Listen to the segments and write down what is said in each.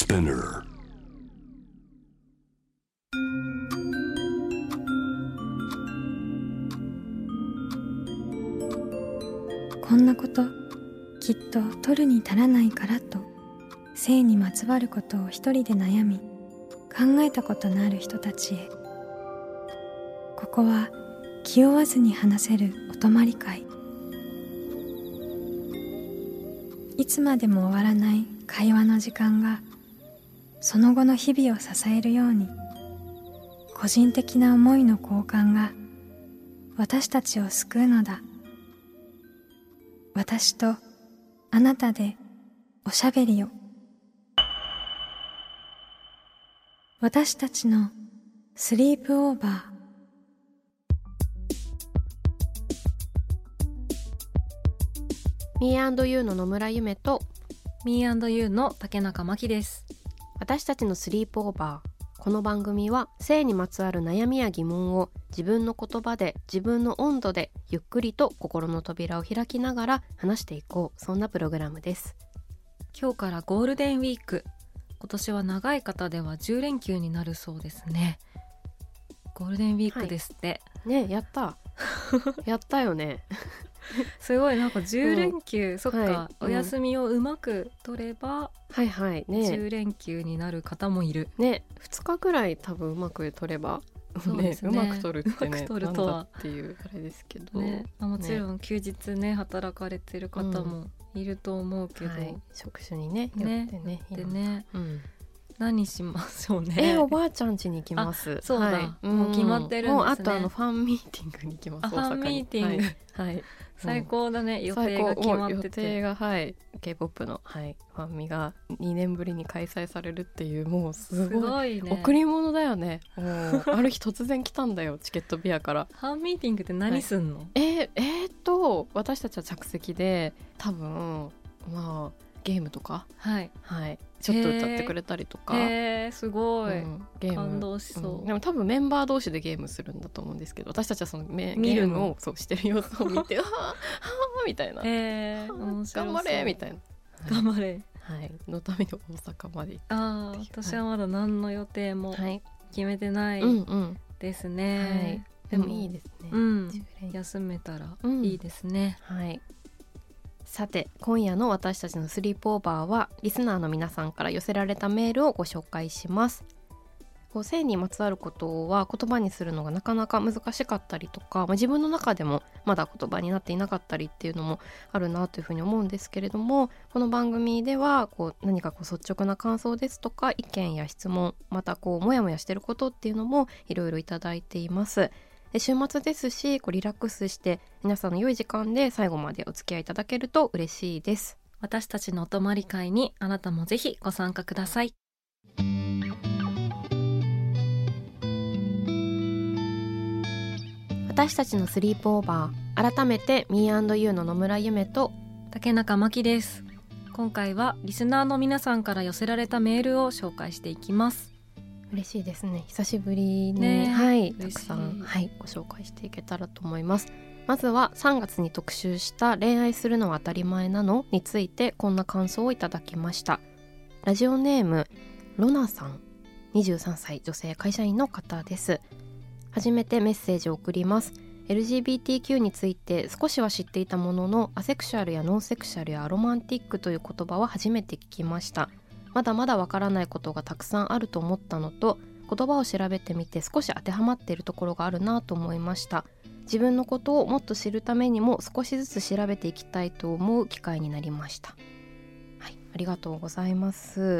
Spinner。 こんなこときっと取るに足らないからと性にまつわることを一人で悩み考えたことのある人たちへ、ここは気負わずに話せるお泊まり会。いつまでも終わらない会話の時間がその後の日々を支えるように、個人的な思いの交換が私たちを救うのだ。私とあなたでおしゃべりを。私たちのスリープオーバー。 Me&You の野村ゆめと Me&You の竹中真希です。 私たちのスリープオーバー。この番組は性にまつわる悩みや疑問を自分の言葉で自分の温度でゆっくりと心の扉を開きながら話していこう、そんなプログラムです。 今日からゴールデンウィーク。今年は長い方では10連休になるそうですね。ゴールデンウィークですって、 ね、やったやったよねすごいなんか10連休、そっか、 はい、 お休みをうまく取れば、 はいはいね、 10連休になる方もいるね。2日ぐらい多分うまく取ればそうですね、 うまく取るってね、 うまく取るとはなんだっていうあれですけど、 ね、もちろん休日ね働かれてる方もいると思うけど、 はい、職種にねよってね、 でね、 うん、 何しましょうね。 おばあちゃん家に行きます。 そうだ、 はい、 もう決まってるんですね。 もうあとファンミーティングに行きます。 ファンミーティング、 はいはい、 最高だね。予定が決まってて、 予定が、はい、K-POP の、はい、ファンミが2年ぶりに開催されるっていう、もうすごいね、 贈り物だよね。もうある日突然来たんだよチケットビアから。 ファンミーティングって何すんの？はい、 私たちは着席で多分まあゲームとか、 はいはい、ちょっと歌ってくれたりとか、 すごい、 ゲーム感動しそう、 でも多分メンバー同士でゲームするんだと思うんですけど、私たちはそのゲームをそうしてる様子を見てはあみたいな、 面白そう、 頑張れみたいな、 頑張れ、 はい、のために大阪まで行って、 私はまだ何の予定も決めてないですね、 はい、でもいいですね、 休めたらいいですね、 はい。さて今夜の私たちのスリープオーバーはリスナーの皆さんから寄せられたメールをご紹介します。性にまつわることは言葉にするのがなかなか難しかったりとか、自分の中でもまだ言葉になっていなかったりっていうのもあるなというふうに思うんですけれども、この番組では何か率直な感想ですとか意見や質問、またモヤモヤしてることっていうのもいろいろいただいています。で週末ですしリラックスして皆さんの良い時間で最後までお付き合いいただけると嬉しいです。 私たちのお泊まり会にあなたもぜひご参加ください。 私たちのスリープオーバー、改めて Me&You の野村ゆめと竹中真希です。今回はリスナーの皆さんから寄せられたメールを紹介していきます。 嬉しいですね、久しぶりに、はい、たくさん、はい、ご紹介していけたらと思います。まずは3月に特集した恋愛するのは当たり前なのについてこんな感想をいただきました。ラジオネームロナさん、23歳女性会社員の方です。初めてメッセージを送ります。 LGBTQ について少しは知っていたものの、アセクシュアルやノンセクシャルやアロマンティックという言葉は初めて聞きました。まだまだわからないことがたくさんあると思ったのと、言葉を調べてみて少し当てはまっているところがあるなと思いました。自分のことをもっと知るためにも少しずつ調べていきたいと思う機会になりました。はい、ありがとうございます。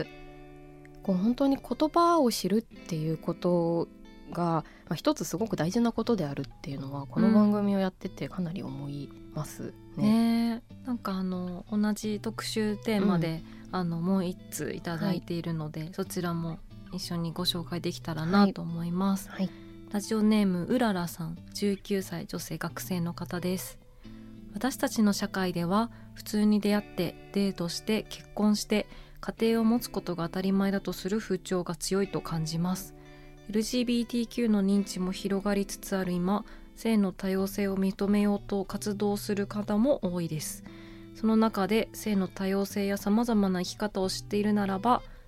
本当に言葉を知るっていうことが、一つすごく大事なことであるっていうのはこの番組をやっててかなり思いますね。 なんか同じ特集テーマで、もう一通いただいているので、そちらも一緒にご紹介できたらなと思います。はい、ラジオネームうららさん、19歳女性学生の方です。私たちの社会では普通に出会ってデートして結婚して家庭を持つことが当たり前だとする風潮が強いと感じます。 LGBTQ の認知も広がりつつある今、性の多様性を認めようと活動する方も多いです。その中で性の多様性やさまざまな生き方を知っているならば、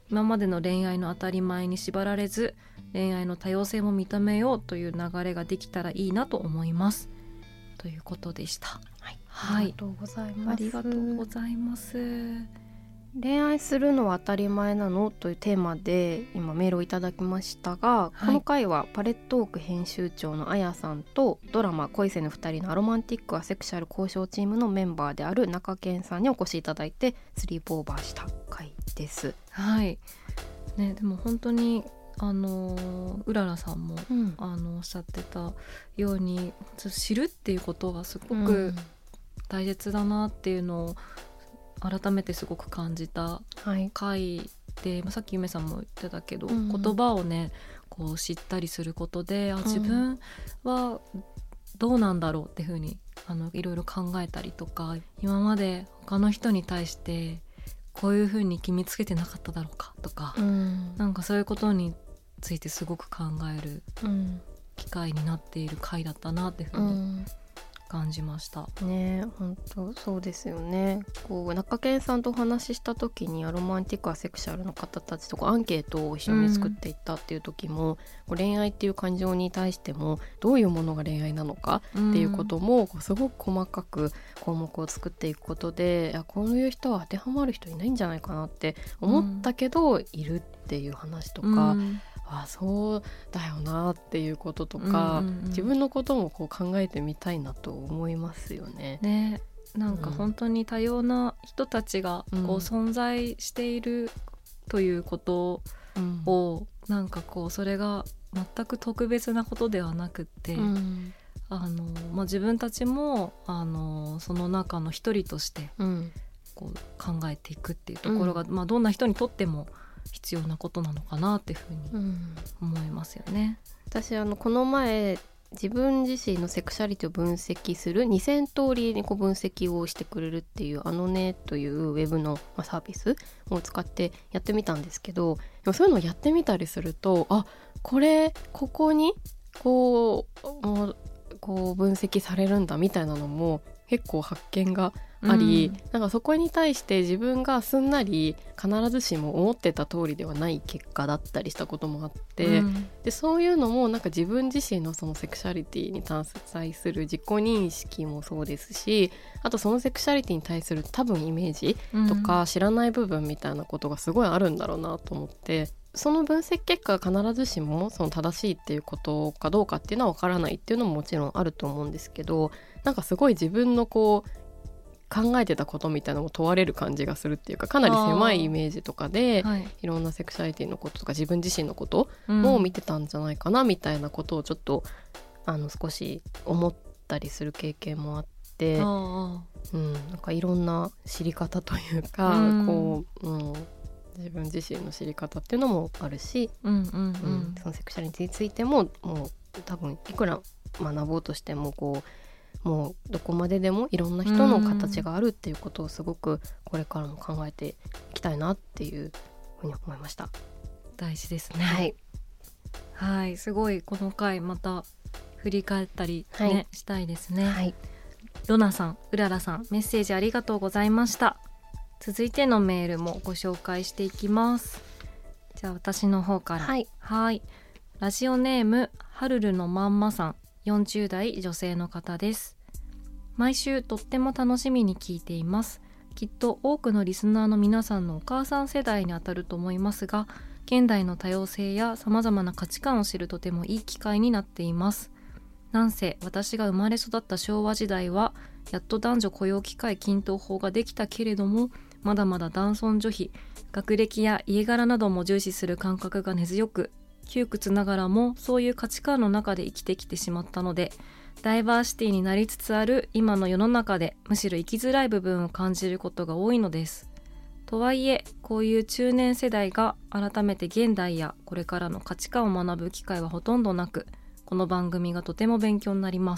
今までの恋愛の当たり前に縛られず、恋愛の多様性も認めようという流れができたらいいなと思います、ということでした。 ありがとうございます。 ありがとうございます。 恋愛するのは当たり前なのというテーマで今メールをいただきましたが、この回はパレットーク編集長のあやさんとドラマ恋せぬ2人のアロマンティックアセクシャル交渉チームのメンバーである中堅さんにお越しいただいてスリープオーバーした回です。 はいね、でも本当にうららさんも、おっしゃってたように知るっていうことがすごく大切だなっていうのを改めてすごく感じた回で、さっきゆめさんも言ってたけど、言葉をねこう知ったりすることで、自分はどうなんだろうっていうふうにいろいろ考えたりとか、今まで他の人に対してこういうふうに決めつけてなかっただろうかとか、なんかそういうことについてすごく考える機会になっている回だったなっていうふうに感じましたね。本当そうですよね。こう中堅さんとお話しした時にアロマンティックアセクシャルの方たちとアンケートを一緒に作っていったっていう時も、恋愛っていう感情に対してもどういうものが恋愛なのかっていうこともすごく細かく項目を作っていくことで、こういう人は当てはまる人いないんじゃないかなって思ったけど、いるっていう話とか、そうだよなっていうこととか、自分のこともこう考えてみたいなと思いますよね。 なんか本当に多様な人たちがこう存在しているということを、なんかこうそれが全く特別なことではなくって、自分たちもその中の一人としてこう考えていくっていうところが、どんな人にとっても必要なことなのかなっていうふうに思いますよね。 私この前自分自身のセクシャリティを分析する2000通りにこう分析をしてくれるっていうねというウェブのサービスを使ってやってみたんですけど、でもそういうのをやってみたりすると、ここにこう分析されるんだみたいなのも結構発見があり、なんかそこに対して自分がすんなり必ずしも思ってた通りではない結果だったりしたこともあって、でそういうのもなんか自分自身のそのセクシャリティに対する自己認識もそうですし、あとそのセクシャリティに対する多分イメージとか知らない部分みたいなことがすごいあるんだろうなと思って、その分析結果が必ずしもその正しいっていうことかどうかっていうのは分からないっていうのももちろんあると思うんですけど、なんかすごい自分のこう考えてたことみたいなのも問われる感じがするっていうか、かなり狭いイメージとかでいろんなセクシャリティのこととか自分自身のことも見てたんじゃないかなみたいなことをちょっと少し思ったりする経験もあって、なんかいろんな知り方というか、自分自身の知り方っていうのもあるし、そのセクシャリティについてももう多分いくら学ぼうとしてももうどこまででもいろんな人の形があるっていうことをすごくこれからも考えていきたいなっていうふうに思いました。 大事ですね。はい、すごいこの回また振り返ったり、したいですね。ロナさん、うららさん、メッセージありがとうございました。続いてのメールもご紹介していきます。じゃあ私の方から。ラジオネームはるるのまんまさん、40代女性の方です。毎週とっても楽しみに聞いています。きっと多くのリスナーの皆さんのお母さん世代にあたると思いますが、現代の多様性やさまざまな価値観を知るとてもいい機会になっています。なんせ私が生まれ育った昭和時代はやっと男女雇用機会均等法ができたけれども、まだまだ男尊女卑、学歴や家柄なども重視する感覚が根強く、窮屈ながらもそういう価値観の中で生きてきてしまったので、ダイバーシティになりつつある今の世の中でむしろ生きづらい部分を感じることが多いのです。とはいえこういう中年世代が改めて現代やこれからの価値観を学ぶ機会はほとんどなく、この番組がとても勉強になります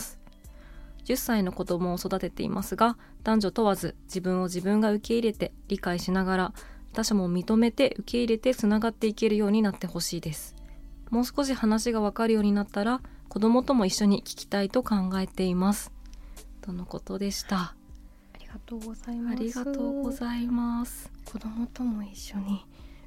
。10歳の子供を育てていますが、男女問わず自分を自分が受け入れて理解しながら、他者も認めて受け入れてつながっていけるようになってほしいです。もう少し話が分かるようになったら子供とも一緒に聞きたいと考えています、とのことでした。 ありがとうございます。 ありがとうございます。 子供とも一緒に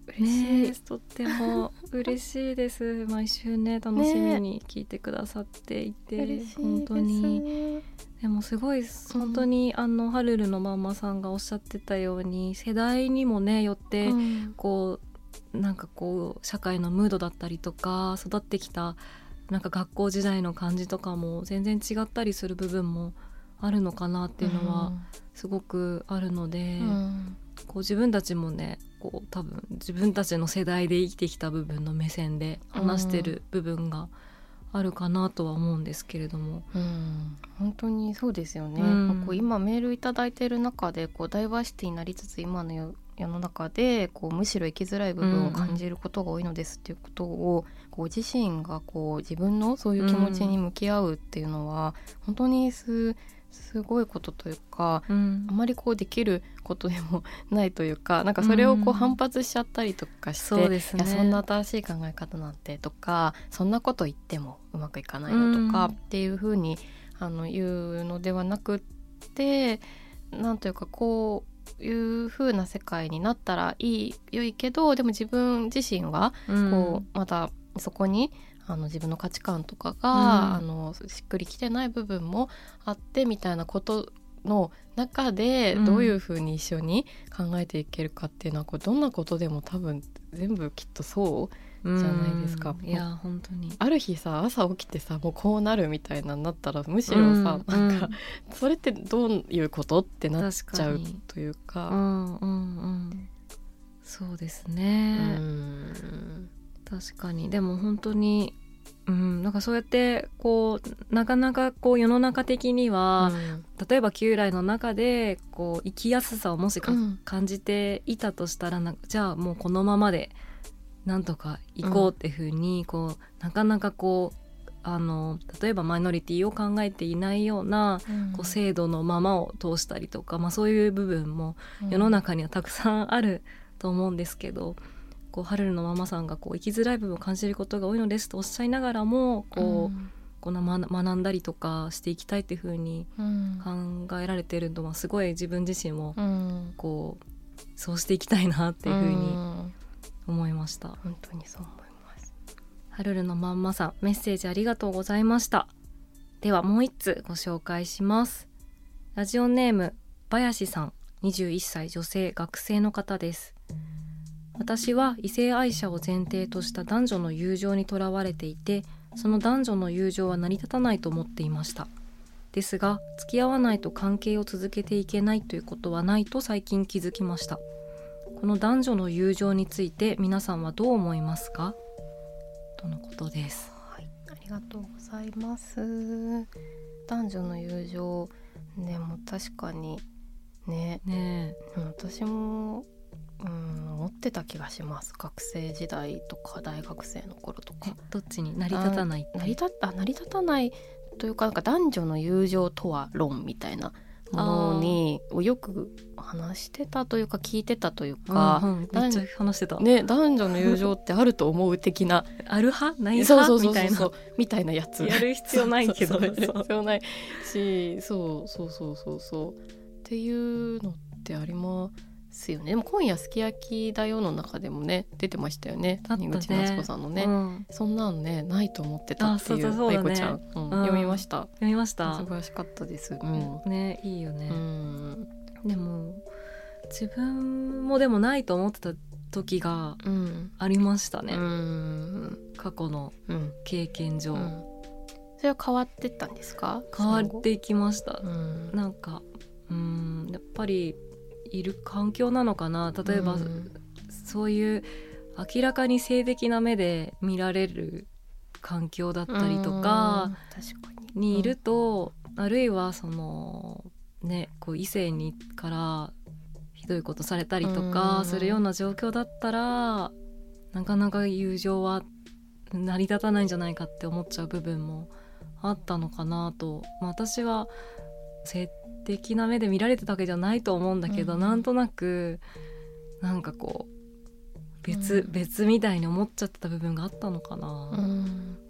嬉しいです、 とっても嬉しいです毎週ね楽しみに聞いてくださっていて、本当にでもすごい本当に、ハルルのママさんがおっしゃってたように世代にもねよってこう、なんかこう社会のムードだったりとか育ってきたなんか学校時代の感じとかも全然違ったりする部分もあるのかなっていうのはすごくあるので、こう自分たちもねこう多分自分たちの世代で生きてきた部分の目線で話してる部分があるかなとは思うんですけれども、 本当にそうですよね、こう今メールいただいている中でこうダイバーシティになりつつ今の世の中でこうむしろ生きづらい部分を感じることが多いのですっていうことを、こう自身がこう自分のそういう気持ちに向き合うっていうのは本当にすごいことというか、あまりこうできることでもないというか、なんかそれをこう反発しちゃったりとかして、 そうですね、 いやそんな新しい考え方なんてとかそんなこと言ってもうまくいかないのとかっていう風に言うのではなくって、なんというかこういう風な世界になったら良いけど、でも自分自身はこうまたそこに自分の価値観とかが、しっくりきてない部分もあってみたいなことの中でどういうふうに一緒に考えていけるかっていうのは、こうどんなことでも多分全部きっとそうじゃないですか。 いや本当にある日さ朝起きてさもうこうなるみたいなになったらむしろさ、なんかそれってどういうことってなっちゃうというか、 そうですね、確かに。でも本当に、なんかそうやってこうなかなかこう世の中的には、例えば旧来の中でこう生きやすさをもし感じていたとしたら、じゃあもうこのままでなんとか行こうっていうふうに、こうなかなかこう例えばマイノリティを考えていないような、こう制度のままを通したりとか、そういう部分も世の中にはたくさんあると思うんですけど、こうハルルのママさんがこう生きづらい部分を感じることが多いのですとおっしゃいながらもこう学んだりとかしていきたいっていう風に考えられているのはすごい自分自身もこうそうしていきたいなっていう風に思いました。 本当にそう思います。 ハルルのママさんメッセージありがとうございました。ではもう一つご紹介します。ラジオネームバヤシさん、21歳女性学生の方です。私は異性愛者を前提とした男女の友情にとらわれていて、その男女の友情は成り立たないと思っていました。ですが付き合わないと関係を続けていけないということはないと最近気づきました。この男女の友情について皆さんはどう思いますか、とのことです。 はい、ありがとうございます。男女の友情でも確かにね、私も思ってた気がします。学生時代とか大学生の頃とか。 どっちに成り立たないって成り立たないというか、なんか男女の友情とは論みたいなものにをよく話してたというか聞いてたというか、 めっちゃ話してたね、男女の友情ってあると思う的なある派ない派みたいなみたいなやつやる必要ないけどやる必要ないし、そうっていうのってありますよね。でも今夜すき焼きだよの中でもね出てましたよね、谷口夏子さんのね、そんなのねないと思ってたっていう愛子ちゃん、読みました。 素晴らしかったです。 ね、いいよね。でも自分もでもないと思ってた時がありましたね、過去の経験上、 それは変わってったんですか？ 変わっていきました。なんかやっぱりいる環境なのかな。例えば、そういう明らかに性的な目で見られる環境だったりとかにいると、あるいはそのねこう異性にからひどいことされたりとかするような状況だったら、なかなか友情は成り立たないんじゃないかって思っちゃう部分もあったのかなと。私は性的な目で見られてたわけじゃないと思うんだけど、なんとなくなんかこう別みたいに思っちゃってた部分があったのかな。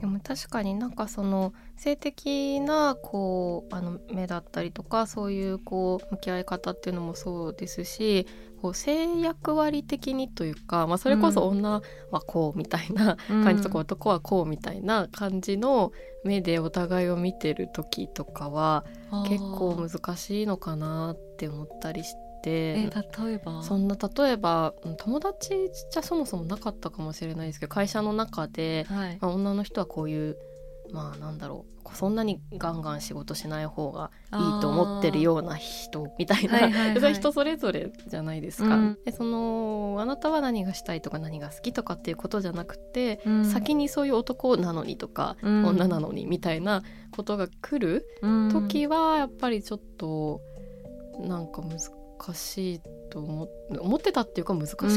でも確かになんかその性的なこう目だったりとかそういうこう向き合い方っていうのもそうですし、こう性役割的にというか、それこそ女はこうみたいな感じとか、男はこうみたいな感じの目でお互いを見てる時とかは結構難しいのかなって思ったりして。例えば友達じゃそもそもなかったかもしれないですけど、会社の中で、女の人はこういうなんだろう、そんなにガンガン仕事しない方がいいと思ってるような人みたいな、それ人それぞれじゃないですか、であなたは何がしたいとか何が好きとかっていうことじゃなくて、先にそういう男なのにとか、女なのにみたいなことが来る時はやっぱりちょっとなんか難しいと思ってたっていうか難しかった、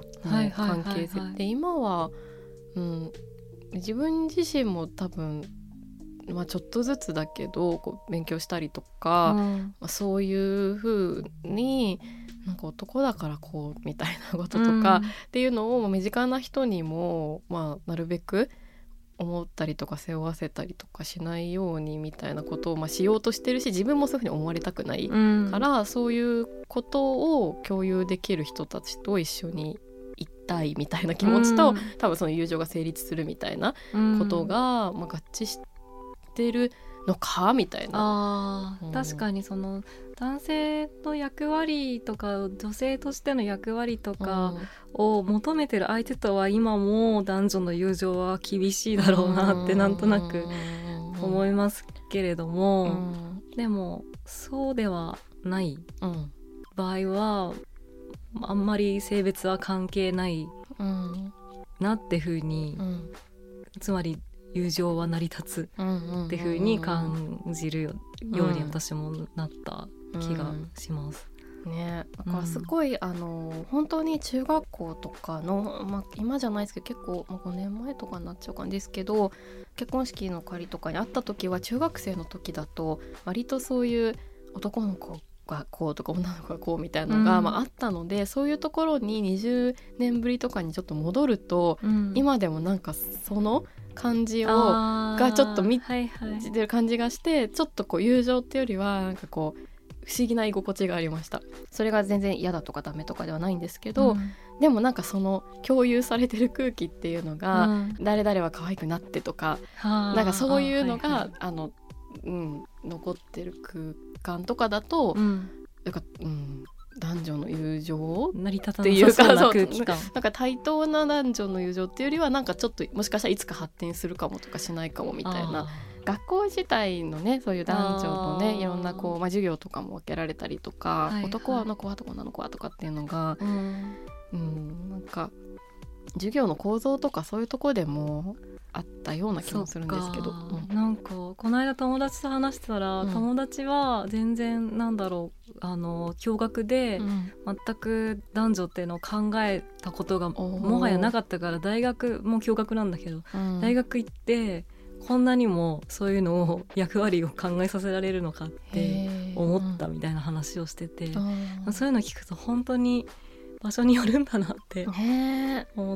関係性って今は、自分自身も多分、ちょっとずつだけどこう勉強したりとか、そういう風になんか男だからこうみたいなこととか、っていうのを身近な人にも、なるべく思ったりとか背負わせたりとかしないようにみたいなことをしようとしてるし、自分もそういうふうに思われたくないから、そういうことを共有できる人たちと一緒にいたいみたいな気持ちと、多分その友情が成立するみたいなことが、合致してるのかみたいな。 確かにその男性の役割とか女性としての役割とかを求めてる相手とは今も男女の友情は厳しいだろうなってなんとなく思いますけれども、でもそうではない場合はあんまり性別は関係ないなってふうに、つまり友情は成り立つってふうに感じるように私もなった気がします。 ね、だからすごい、本当に中学校とかの、今じゃないですけど結構、5年前とかになっちゃうかんですけど、結婚式の仮とかに会った時は中学生の時だと割とそういう男の子がこうとか女の子がこうみたいなのが、あったので、そういうところに20年ぶりとかにちょっと戻ると、今でもなんかその感じがちょっと見てる感じがして、ちょっとこう友情っていうよりはなんかこう不思議な居心地がありました。それが全然嫌だとかダメとかではないんですけど、でもなんかその共有されてる空気っていうのが、誰々は可愛くなってとか、なんかそういうのが残ってる空間とかだと、なんか男女の友情成り立たなさそうな空気感、 なんか対等な男女の友情っていうよりはなんかちょっともしかしたらいつか発展するかもとかしないかもみたいな、学校自体のねそういう男女のねいろんなこう、授業とかも分けられたりとか、男はあの子はとか女の子はとかっていうのが、なんか授業の構造とかそういうところでもあったような気もするんですけど、 なんかこの間友達と話してたら、友達は全然なんだろう共学で全く男女っていうのを考えたことがもはやなかったから、大学も共学なんだけど、大学行ってこんなにもそういうのを役割を考えさせられるのかって思ったみたいな話をしてて、そういうの聞くと本当に場所によるんだなって思って、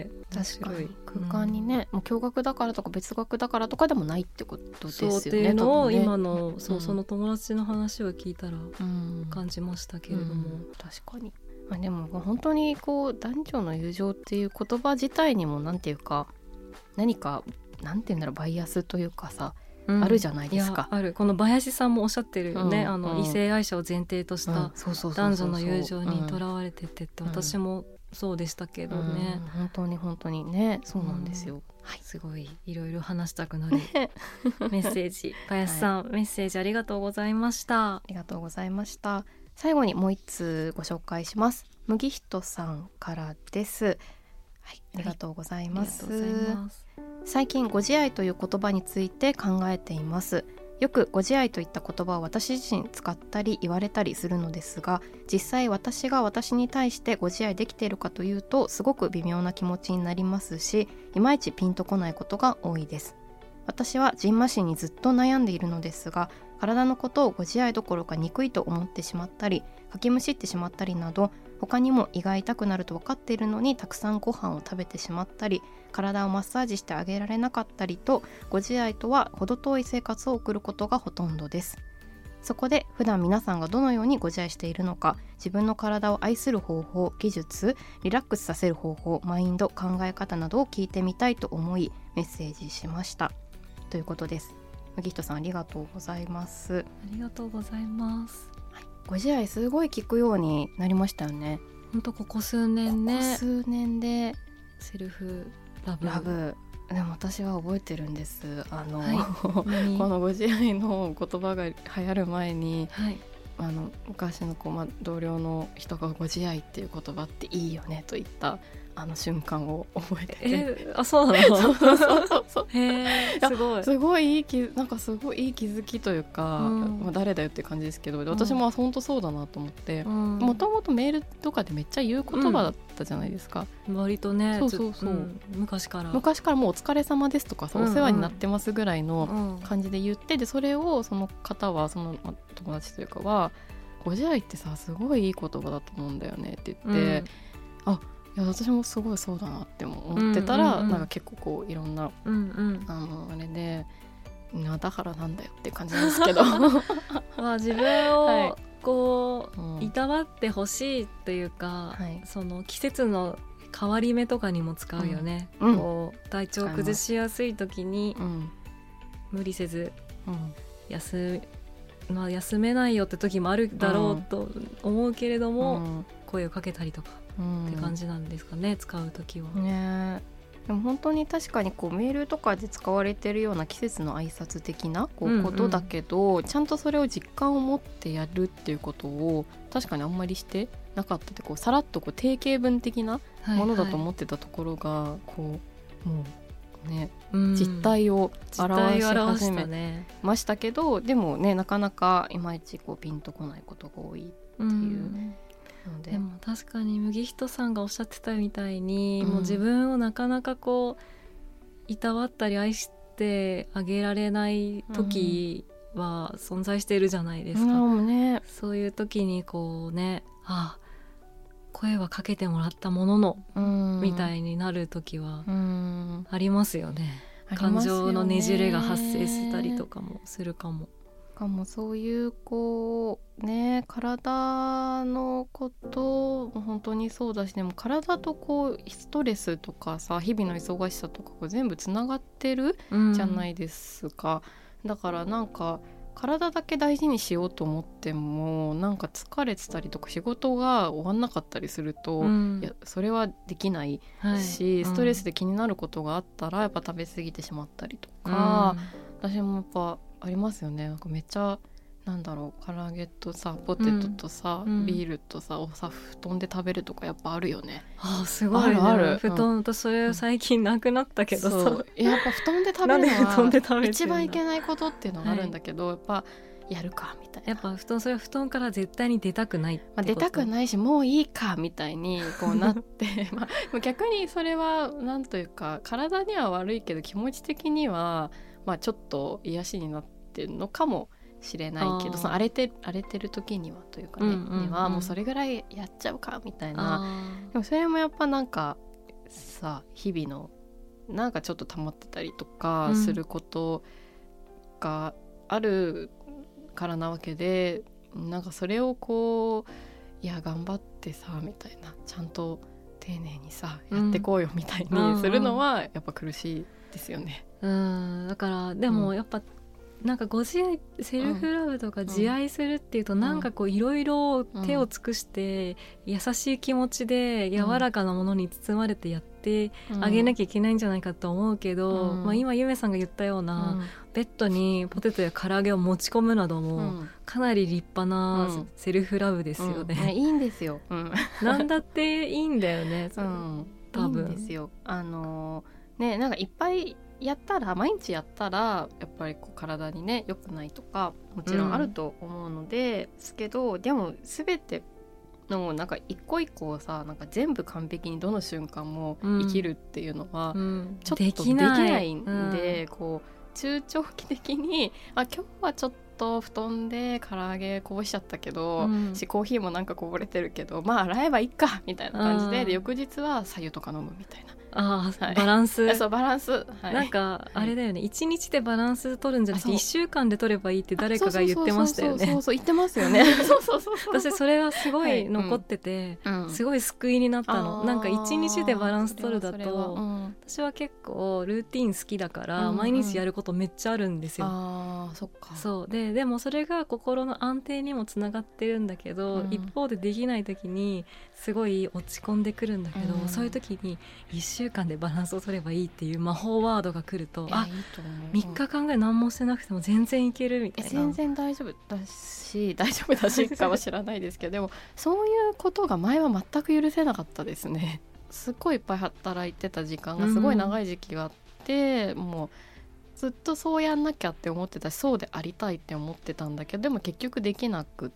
確かに空間にね、もう共学だからとか別学だからとかでもないってことですよね。 そうっていうのを今の、その友達の話を聞いたら感じましたけれども、 確かに、でも本当にこう男女の友情っていう言葉自体にもなんていうか何かなんていうんだろう、バイアスというかさ、あるじゃないですか。 ある。この林さんもおっしゃってるよね、異性愛者を前提とした男女の友情にとらわれててって、私もそうでしたけどね、 本当にね、そうなんですよ、 すごいいろいろ話したくなるメッセージ林さん、メッセージありがとうございました。 ありがとうございました。最後にもう一通ご紹介します。麦人さんからです。ありがとうございます。最近ご自愛という言葉について考えています。よくご自愛といった言葉を私自身使ったり言われたりするのですが、実際私が私に対してご自愛できているかというとすごく微妙な気持ちになりますし、いまいちピンとこないことが多いです。私は蕁麻疹にずっと悩んでいるのですが、体のことをご自愛どころか憎いと思ってしまったり、 かきむしってしまったりなど、他にも胃が痛くなると分かっているのにたくさんご飯を食べてしまったり、体をマッサージしてあげられなかったりと、ご自愛とは程遠い生活を送ることがほとんどです。そこで普段皆さんがどのようにご自愛しているのか、自分の体を愛する方法、技術、リラックスさせる方法、マインド、考え方などを聞いてみたいと思いメッセージしましたということです。麦人さんありがとうございます。 ありがとうございます、 はい、ご自愛すごい聞くようになりましたよね。 ほんとここ数年ね、 ここ数年でセルフラブでも私は覚えてるんです。 はい、 このご自愛の言葉が流行る前に、 はい、 昔の同僚の人がご自愛っていう言葉っていいよねと言った瞬間を覚えてて、 そうなのそうへー、 すごいいいなんかすごいいい気づきというか、誰だよっていう感じですけど、私も本当そうだなと思って、もともとメールとかでめっちゃ言う言葉だったじゃないですか、 割とね、 そう、 昔からもうお疲れ様ですとかさ、お世話になってますぐらいの感じで言って、でそれをその方は友達というかは、ご自愛ってさすごいいい言葉だと思うんだよねって言って、いや私もすごいそうだなって思ってたら、なんか結構こういろんな、あれでだからなんだよって感じなんですけど自分をこう、いたわってほしいというか、その季節の変わり目とかにも使うよね、こう体調崩しやすい時に、無理せず、休めないよって時もあるだろうと思うけれども、声をかけたりとかって感じなんですかね、使う時はね。でも本当に確かにこうメールとかで使われてるような季節の挨拶的なことだけど、ちゃんとそれを実感を持ってやるっていうことを確かにあんまりしてなかったって、こうさらっとこう定型文的なものだと思ってたところが、こうもうね、実態を表し始めましたけど、でもねなかなかいまいちこうピンとこないことが多いっていう、 でも確かに麦人さんがおっしゃってたみたいに、もう自分をなかなかこういたわったり愛してあげられない時は存在しているじゃないですか、そういう時にこうね、声はかけてもらったものの、みたいになる時はありますよね。感情のねじれが発生したりとかもするかも。 そういうこうね、体のことも本当にそうだし、でも体とこうストレスとかさ、日々の忙しさとかが全部つながってるじゃないですか、だからなんか体だけ大事にしようと思っても、なんか疲れてたりとか仕事が終わんなかったりすると、いやそれはできないし、ストレスで気になることがあったらやっぱ食べ過ぎてしまったりとか、私もやっぱありますよね。なんかめっちゃなんだろう、唐揚げとさポテトとさ、ビールとさをさ布団で食べるとかやっぱあるよね。 すごいね。ある布団とそれ最近なくなったけどさ、 やっぱ布団で食べるのは一番いけないことっていうのがあるんだけど、やっぱやるかみたいな、 やっぱそれは布団から絶対に出たくないってこと、 出たくないしもういいかみたいにこうなって逆にそれはなんというか体には悪いけど気持ち的にはちょっと癒しになってるのかもしれないけど、その荒れてる時にはというかね、にはもうそれぐらいやっちゃうかみたいな。でもそれもやっぱなんかさ、日々のなんかちょっと溜まってたりとかすることがあるからなわけで、なんかそれをこういや頑張ってさみたいな、ちゃんと丁寧にさやってこうよみたいにするのはやっぱ苦しいですよね。 だからでもやっぱ、なんかご自愛、セルフラブとか自愛するっていうと、なんかこういろいろ手を尽くして優しい気持ちで柔らかなものに包まれてやってあげなきゃいけないんじゃないかと思うけど、今ゆめさんが言ったような、ベッドにポテトや唐揚げを持ち込むなども、かなり立派なセルフラブですよね。 いいんですよ、 なんだっていいんだよね、多分いいんですよ。ね、なんかいっぱいやったら、毎日やったらやっぱりこう体にね良くないとかもちろんあると思うのですけど、でも全てのなんか一個一個をさ、なんか全部完璧にどの瞬間も生きるっていうのはちょっとできないんで、こう中長期的に今日はちょっと布団で唐揚げこぼしちゃったけど、コーヒーもなんかこぼれてるけど、まあ洗えばいいかみたいな感じ で翌日は白湯とか飲むみたいな。 バランスそうバランス、 なんかあれだよね、1日でバランス取るんじゃなくて1週間で取ればいいって誰かが言ってましたよね。 そう言ってますよね私それはすごい残ってて、すごい救いになったの。なんか1日でバランス取るだと、私は結構ルーティン好きだから、毎日やることめっちゃあるんですよ。 そっか。 そうでもそれが心の安定にもつながってるんだけど、一方でできない時にすごい落ち込んでくるんだけど、そういう時に1週間でバランスを取ればいいっていう魔法ワードが来ると、いいと思う。3日間ぐらい何もしてなくても全然いけるみたいな。 全然大丈夫だしかは知らないですけどでもそういうことが前は全く許せなかったですね。すっごいいっぱい働いてた時間がすごい長い時期があって、もうずっとそうやんなきゃって思ってたし、そうでありたいって思ってたんだけど、でも結局できなくって、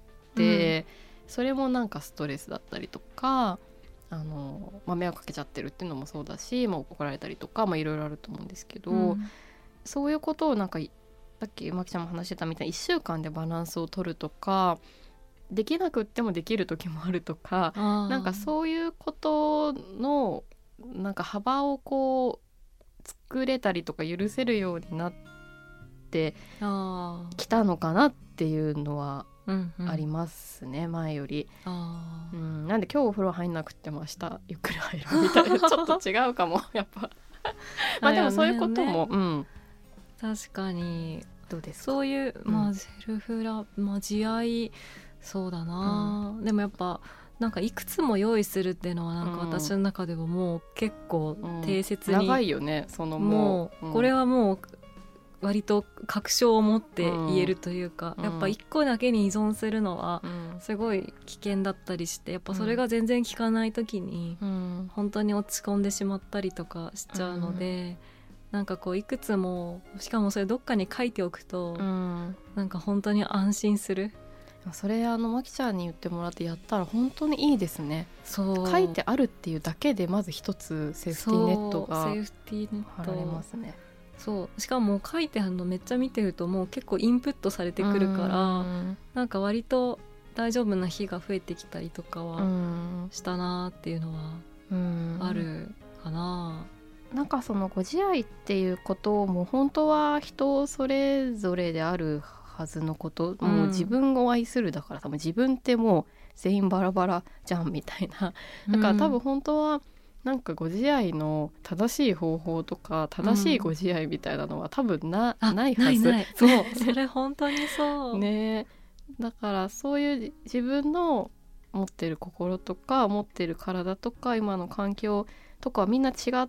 それもなんかストレスだったりとか、迷惑かけちゃってるっていうのもそうだし、もう怒られたりとかいろいろあると思うんですけど、そういうことをなんかさっきまきちゃんも話してたみたいに1週間でバランスを取るとか、できなくってもできる時もあるとか、なんかそういうことのなんか幅をこう作れたりとか許せるようになってきたのかなっていうのはありますね、前より。なんで今日お風呂入んなくても明日ゆっくり入るみたいなちょっと違うかもやっぱでもそういうことも、 確かに。 どうですか？ そういう、セルフラブ、自愛、そうだな、でもやっぱなんかいくつも用意するっていうのはなんか私の中ではもう結構定説に、 長いよね。 もうこれはもう割と確証を持って言えるというか、やっぱ一個だけに依存するのはすごい危険だったりして、やっぱそれが全然効かない時に本当に落ち込んでしまったりとかしちゃうので、なんかこういくつも、しかもそれどっかに書いておくと、なんか本当に安心する。 それまきちゃんに言ってもらってやったら本当にいいですね。 そう書いてあるっていうだけでまず一つセーフティーネットが張られますね。 そうしかも書いてあるのめっちゃ見てるともう結構インプットされてくるから、なんか割と大丈夫な日が増えてきたりとかはしたなっていうのはあるかな。 なんかそのご自愛っていうことも本当は人それぞれであるはずのこと、もう自分を愛するだから多分自分ってもう全員バラバラじゃんみたいな、だから多分本当はなんかご自愛の正しい方法とか正しいご自愛みたいなのは多分ないはず。 そうそれ本当にそうね。だからそういう自分の持ってる心とか持ってる体とか今の環境とかはみんな違って、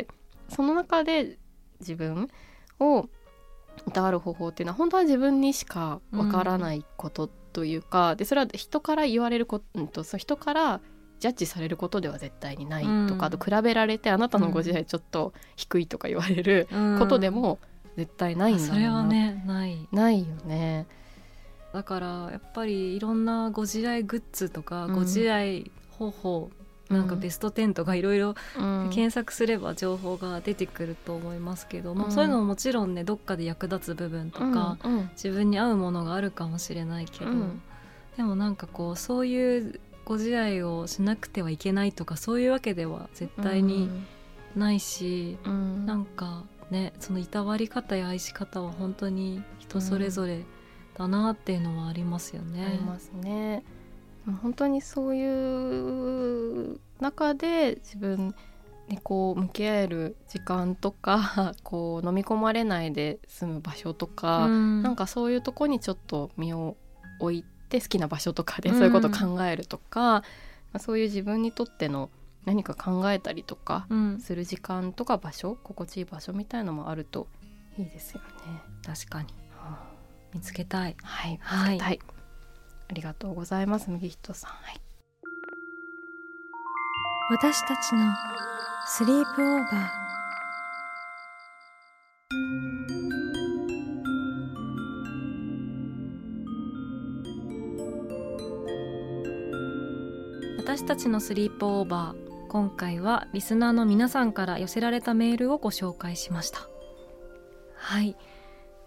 その中で自分をいたわる方法っていうのは本当は自分にしかわからないことというか、でそれは人から言われることと、人からジャッジされることでは絶対にないとか、あと比べられてあなたのご自愛ちょっと低いとか言われることでも絶対ないんだろうな。 それはねないよね。 だからやっぱりいろんなご自愛グッズとか、ご自愛方法なんかベスト10とかいろいろ検索すれば情報が出てくると思いますけど、そういうのももちろんねどっかで役立つ部分とか、自分に合うものがあるかもしれないけど、でもなんかこうそういうご自愛をしなくてはいけないとかそういうわけでは絶対にないし、なんかねそのいたわり方や愛し方は本当に人それぞれだなっていうのはありますよね。 ありますね。本当にそういう中で自分にこう向き合える時間とかこう飲み込まれないで済む場所とか、なんかそういうとこにちょっと身を置いて好きな場所とかでそういうことを考えるとか、そういう自分にとっての何か考えたりとかする時間とか場所、心地いい場所みたいのもあるといいですよね。 確かに、見つけたい。 はい、見つけたい。ありがとうございます、麦人さん。 私たちのスリープオーバー。 私たちのスリープオーバー、今回はリスナーの皆さんから寄せられたメールをご紹介しました。はい、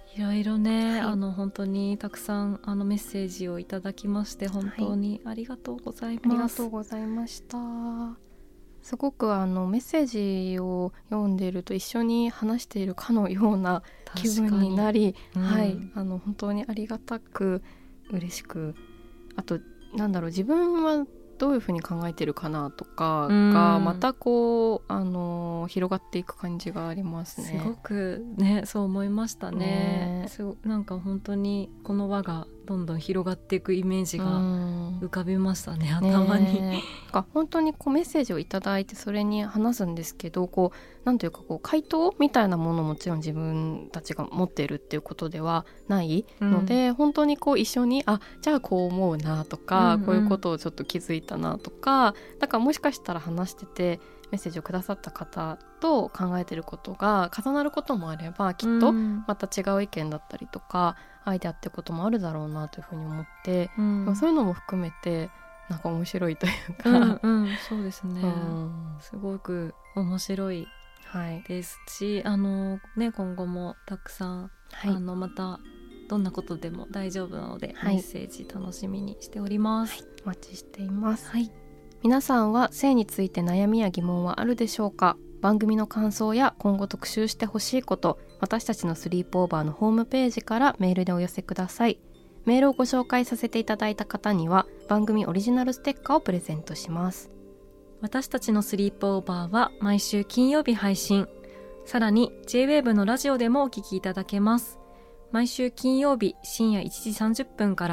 いろいろね、 はい、 本当にたくさんメッセージをいただきまして本当にありがとうございます、 ありがとうございました。すごくメッセージを読んでいると一緒に話しているかのような気分になり、はい、本当にありがたく嬉しく、あとなんだろう、自分はどういうふうに考えてるかなとかがまたこう広がっていく感じがありますね。 すごくね、そう思いましたね。なんか本当にこの輪がどんどん広がっていくイメージが浮かびましたね、頭に。 本当にこうメッセージをいただいてそれに話すんですけど、こうなんというかこう回答みたいなものもちろん自分たちが持っているっていうことではないので、本当にこう一緒にじゃあこう思うなとか、こういうことをちょっと気づいたなとか、だからもしかしたら話しててメッセージをくださった方と考えてることが重なることもあれば、きっとまた違う意見だったりとかアイデアってこともあるだろうなというふうに思って、そういうのも含めてなんか面白いというか、 そうですね、すごく面白いですし、ね、今後もたくさん、またどんなことでも大丈夫なので、メッセージ楽しみにしております、 お待ちしています、皆さんは性について悩みや疑問はあるでしょうか。番組の感想や今後特集してほしいこと、私たちのスリープオーバーのホームページからメールでお寄せください。メールをご紹介させていただいた方には番組オリジナルステッカーをプレゼントします。 私たちのスリープオーバーは毎週金曜日配信、さらに J-WAVE のラジオでもお聞きいただけます。毎週金曜日深夜1時30分から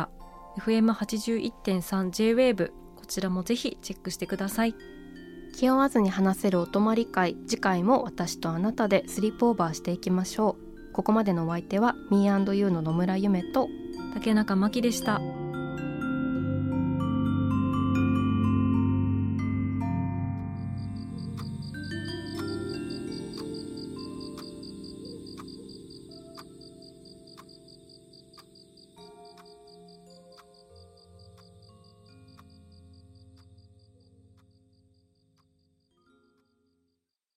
FM81.3 J-WAVE、 こちらもぜひチェックしてください。 気負わずに話せるお泊まり会、次回も私とあなたでスリープオーバーしていきましょう。ここまでのお相手は Me&You の野村ゆめと竹中真希でした。